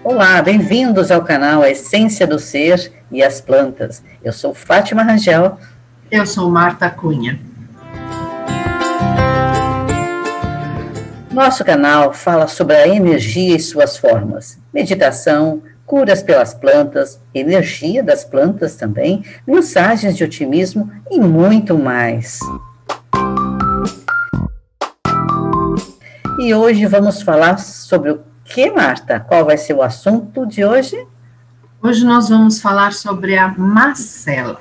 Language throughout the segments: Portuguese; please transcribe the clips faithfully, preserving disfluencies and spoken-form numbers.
Olá, bem-vindos ao canal A Essência do Ser e as Plantas. Eu sou Fátima Rangel. Eu sou Marta Cunha. Nosso canal fala sobre a energia e suas formas, meditação, curas pelas plantas, energia das plantas também, mensagens de otimismo e muito mais. E hoje vamos falar sobre o que, Marta? Qual vai ser o assunto de hoje? Hoje nós vamos falar sobre a macela,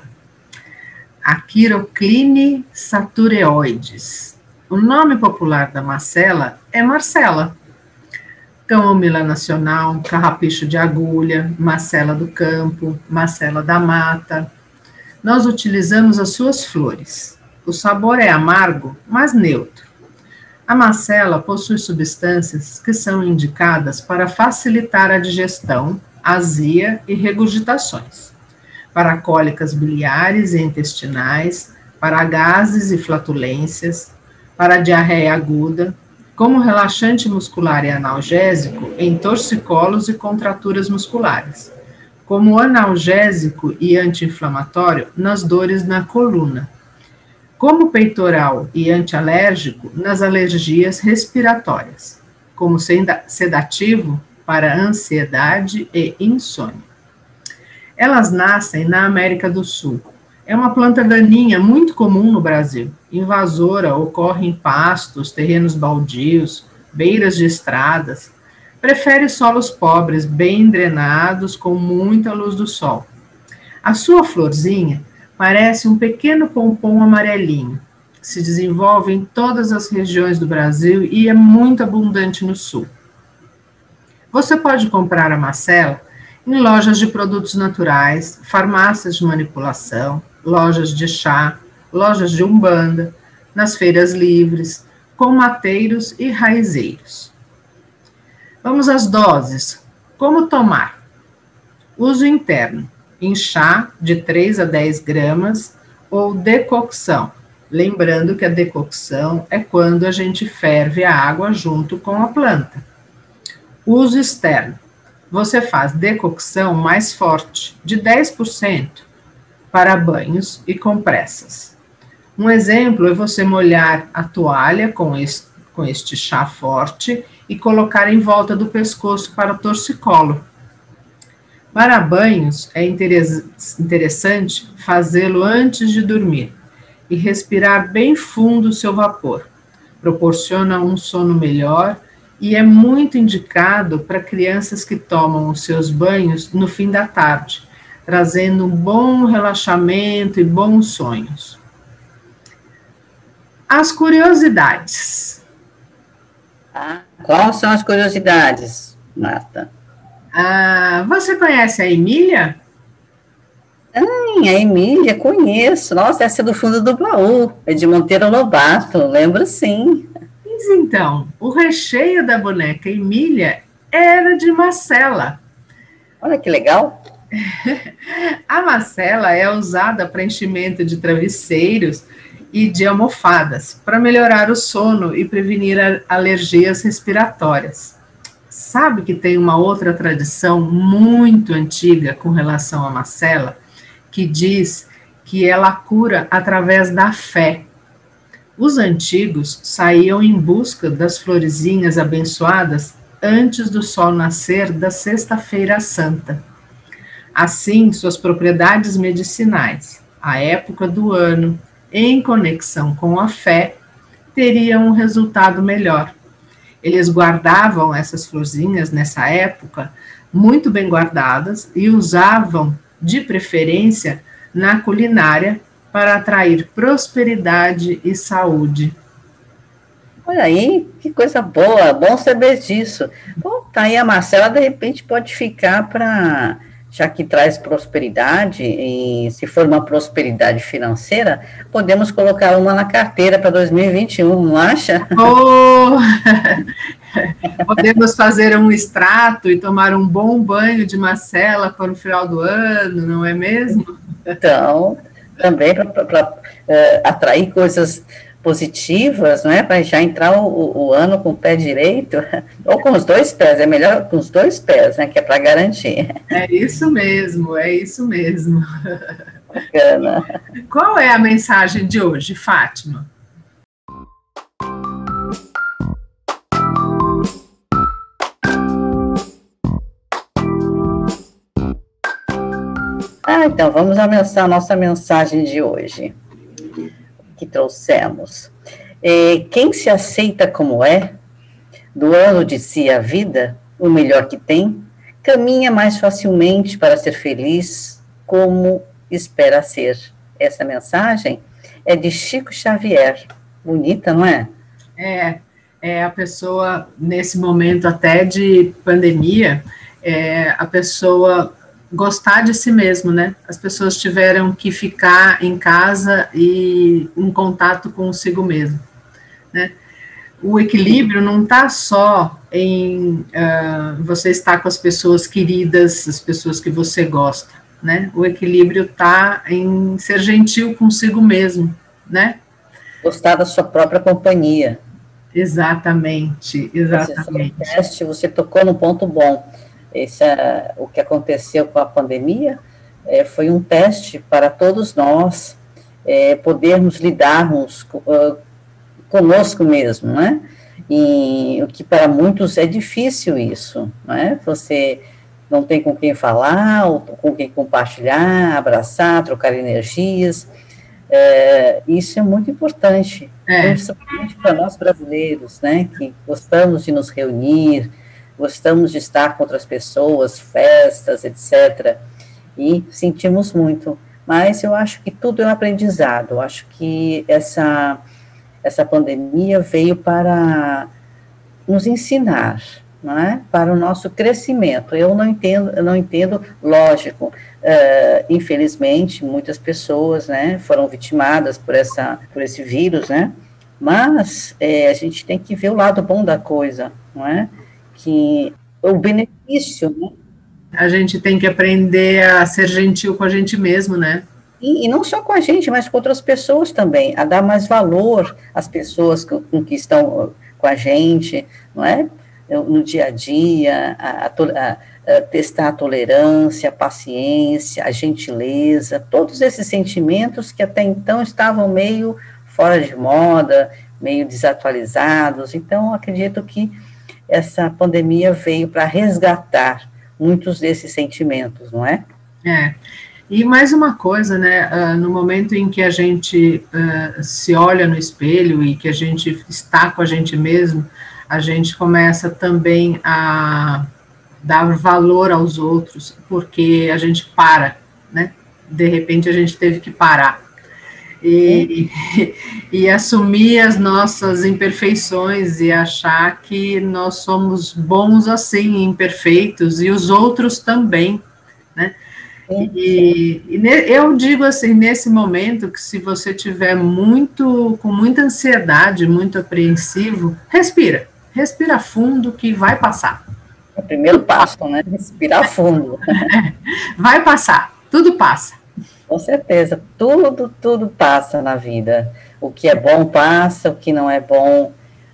a Quirocline satureoides. O nome popular da macela é Marcela. Camomila nacional, carrapicho de agulha, macela do campo, macela da mata. Nós utilizamos as suas flores. O sabor é amargo, mas neutro. A macela possui substâncias que são indicadas para facilitar a digestão, azia e regurgitações, para cólicas biliares e intestinais, para gases e flatulências, para diarreia aguda, como relaxante muscular e analgésico em torcicolos e contraturas musculares, como analgésico e anti-inflamatório nas dores na coluna, como peitoral e antialérgico nas alergias respiratórias, como sedativo para ansiedade e insônia. Elas nascem na América do Sul. É uma planta daninha muito comum no Brasil. Invasora, ocorre em pastos, terrenos baldios, beiras de estradas. Prefere solos pobres, bem drenados, com muita luz do sol. A sua florzinha parece um pequeno pompom amarelinho, que se desenvolve em todas as regiões do Brasil e é muito abundante no sul. Você pode comprar a macela em lojas de produtos naturais, farmácias de manipulação, lojas de chá, lojas de umbanda, nas feiras livres, com mateiros e raizeiros. Vamos às doses. Como tomar? Uso interno. Em chá de três a dez gramas ou decocção. Lembrando que a decocção é quando a gente ferve a água junto com a planta. Uso externo. Você faz decocção mais forte, de dez por cento, para banhos e compressas. Um exemplo é você molhar a toalha com este, com este chá forte e colocar em volta do pescoço para o torcicolo. Para banhos, é interessante fazê-lo antes de dormir e respirar bem fundo o seu vapor. Proporciona um sono melhor e é muito indicado para crianças que tomam os seus banhos no fim da tarde, trazendo um bom relaxamento e bons sonhos. As curiosidades. Ah, quais são as curiosidades, Marta? Ah, você conhece a Emília? Ah, a Emília, conheço. Nossa, essa é do fundo do baú. É de Monteiro Lobato, lembro sim. Mas então, o recheio da boneca Emília era de macela. Olha que legal. A macela é usada para enchimento de travesseiros e de almofadas, para melhorar o sono e prevenir alergias respiratórias. Sabe que tem uma outra tradição muito antiga com relação à macela, que diz que ela cura através da fé. Os antigos saíam em busca das florezinhas abençoadas antes do sol nascer da Sexta-feira Santa. Assim, suas propriedades medicinais, a época do ano, em conexão com a fé, teriam um resultado melhor. Eles guardavam essas florzinhas nessa época, muito bem guardadas, e usavam, de preferência, na culinária, para atrair prosperidade e saúde. Olha aí, que coisa boa, bom saber disso. Bom, tá aí a macela, de repente pode ficar para, já que traz prosperidade, e se for uma prosperidade financeira, podemos colocar uma na carteira para dois mil e vinte e um, não acha? Oh! Podemos fazer um extrato e tomar um bom banho de macela para o final do ano, não é mesmo? Então, também para uh, atrair coisas positivas, né, para já entrar o, o ano com o pé direito, ou com os dois pés, é melhor com os dois pés, né, que é para garantir. É isso mesmo, é isso mesmo. Bacana. Qual é a mensagem de hoje, Fátima? Ah, então, vamos a nossa mensagem de hoje, que trouxemos. É, quem se aceita como é, doando de si a vida, o melhor que tem, caminha mais facilmente para ser feliz, como espera ser. Essa mensagem é de Chico Xavier. Bonita, não é? É, é a pessoa, nesse momento até de pandemia, é, a pessoa gostar de si mesmo, né? As pessoas tiveram que ficar em casa e em contato consigo mesmo, né? O equilíbrio não está só em uh, você estar com as pessoas queridas, as pessoas que você gosta, né? O equilíbrio está em ser gentil consigo mesmo, né? Gostar da sua própria companhia. Exatamente, exatamente. Você, teste, você tocou num ponto bom. Esse, é, o que aconteceu com a pandemia é, foi um teste para todos nós é, podermos lidarmos uh, conosco mesmo, né? E o que para muitos é difícil isso, né? Você não tem com quem falar, ou com quem compartilhar, abraçar, trocar energias. É, isso é muito importante, é. Principalmente para nós brasileiros, né? Que gostamos de nos reunir, gostamos de estar com outras pessoas, festas, etcétera. E sentimos muito. Mas eu acho que tudo é um aprendizado. Eu acho que essa, essa pandemia veio para nos ensinar, não é? Para o nosso crescimento. Eu não entendo, eu não entendo, lógico, uh, infelizmente, muitas pessoas, né, foram vitimadas por, essa, por esse vírus, né? Mas é, a gente tem que ver o lado bom da coisa, não é? Que o benefício, né? A gente tem que aprender a ser gentil com a gente mesmo, né? E, e não só com a gente, mas com outras pessoas também, a dar mais valor às pessoas com, com que estão com a gente, não é? No dia a dia, a, a, a, a testar a tolerância, a paciência, a gentileza, todos esses sentimentos que até então estavam meio fora de moda, meio desatualizados. Então, acredito que essa pandemia veio para resgatar muitos desses sentimentos, não é? É. E mais uma coisa, né, uh, no momento em que a gente uh, se olha no espelho e que a gente está com a gente mesmo, a gente começa também a dar valor aos outros, porque a gente para, né? De repente a gente teve que parar. E, e, e assumir as nossas imperfeições e achar que nós somos bons assim, imperfeitos, e os outros também, né? E, e eu digo assim, nesse momento, que se você tiver muito, com muita ansiedade, muito apreensivo, respira, respira fundo que vai passar. É o primeiro passo, né? Respirar fundo. Vai passar, tudo passa. Com certeza, tudo, tudo passa na vida. O que é bom passa, o que não é bom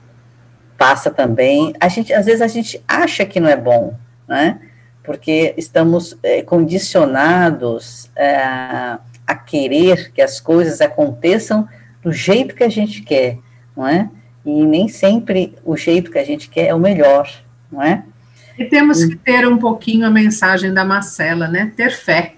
passa também. A gente, às vezes a gente acha que não é bom, né? Porque estamos é, condicionados é, a querer que as coisas aconteçam do jeito que a gente quer, não é? E nem sempre o jeito que a gente quer é o melhor, não é? E temos que ter um pouquinho a mensagem da Marcela, né? Ter fé.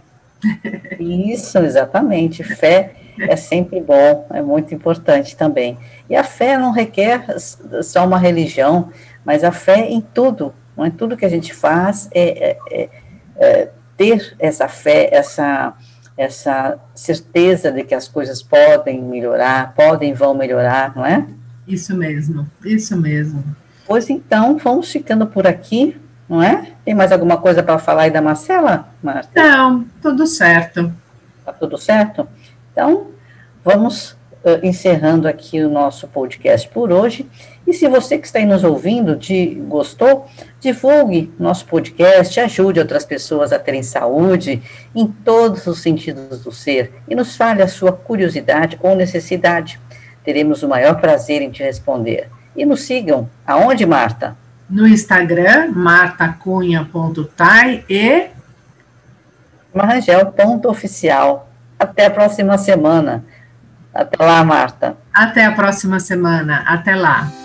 Isso, exatamente. Fé é sempre bom, é muito importante também. E a fé não requer só uma religião, mas a fé em tudo, não é? Tudo que a gente faz é, é, é ter essa fé, essa, essa certeza de que as coisas podem melhorar, podem e vão melhorar, não é? Isso mesmo, isso mesmo. Pois então, vamos ficando por aqui, não é? Tem mais alguma coisa para falar aí da Marcela, Marta? Não, tudo certo. Tá tudo certo? Então, vamos uh, encerrando aqui o nosso podcast por hoje. E se você que está aí nos ouvindo de, gostou, divulgue nosso podcast, ajude outras pessoas a terem saúde em todos os sentidos do ser e nos fale a sua curiosidade ou necessidade. teremos o maior prazer em te responder. E nos sigam. Aonde, Marta? No Instagram, martacunha ponto tai e marrangel ponto oficial. Até a próxima semana. Até lá, Marta. Até a próxima semana. Até lá.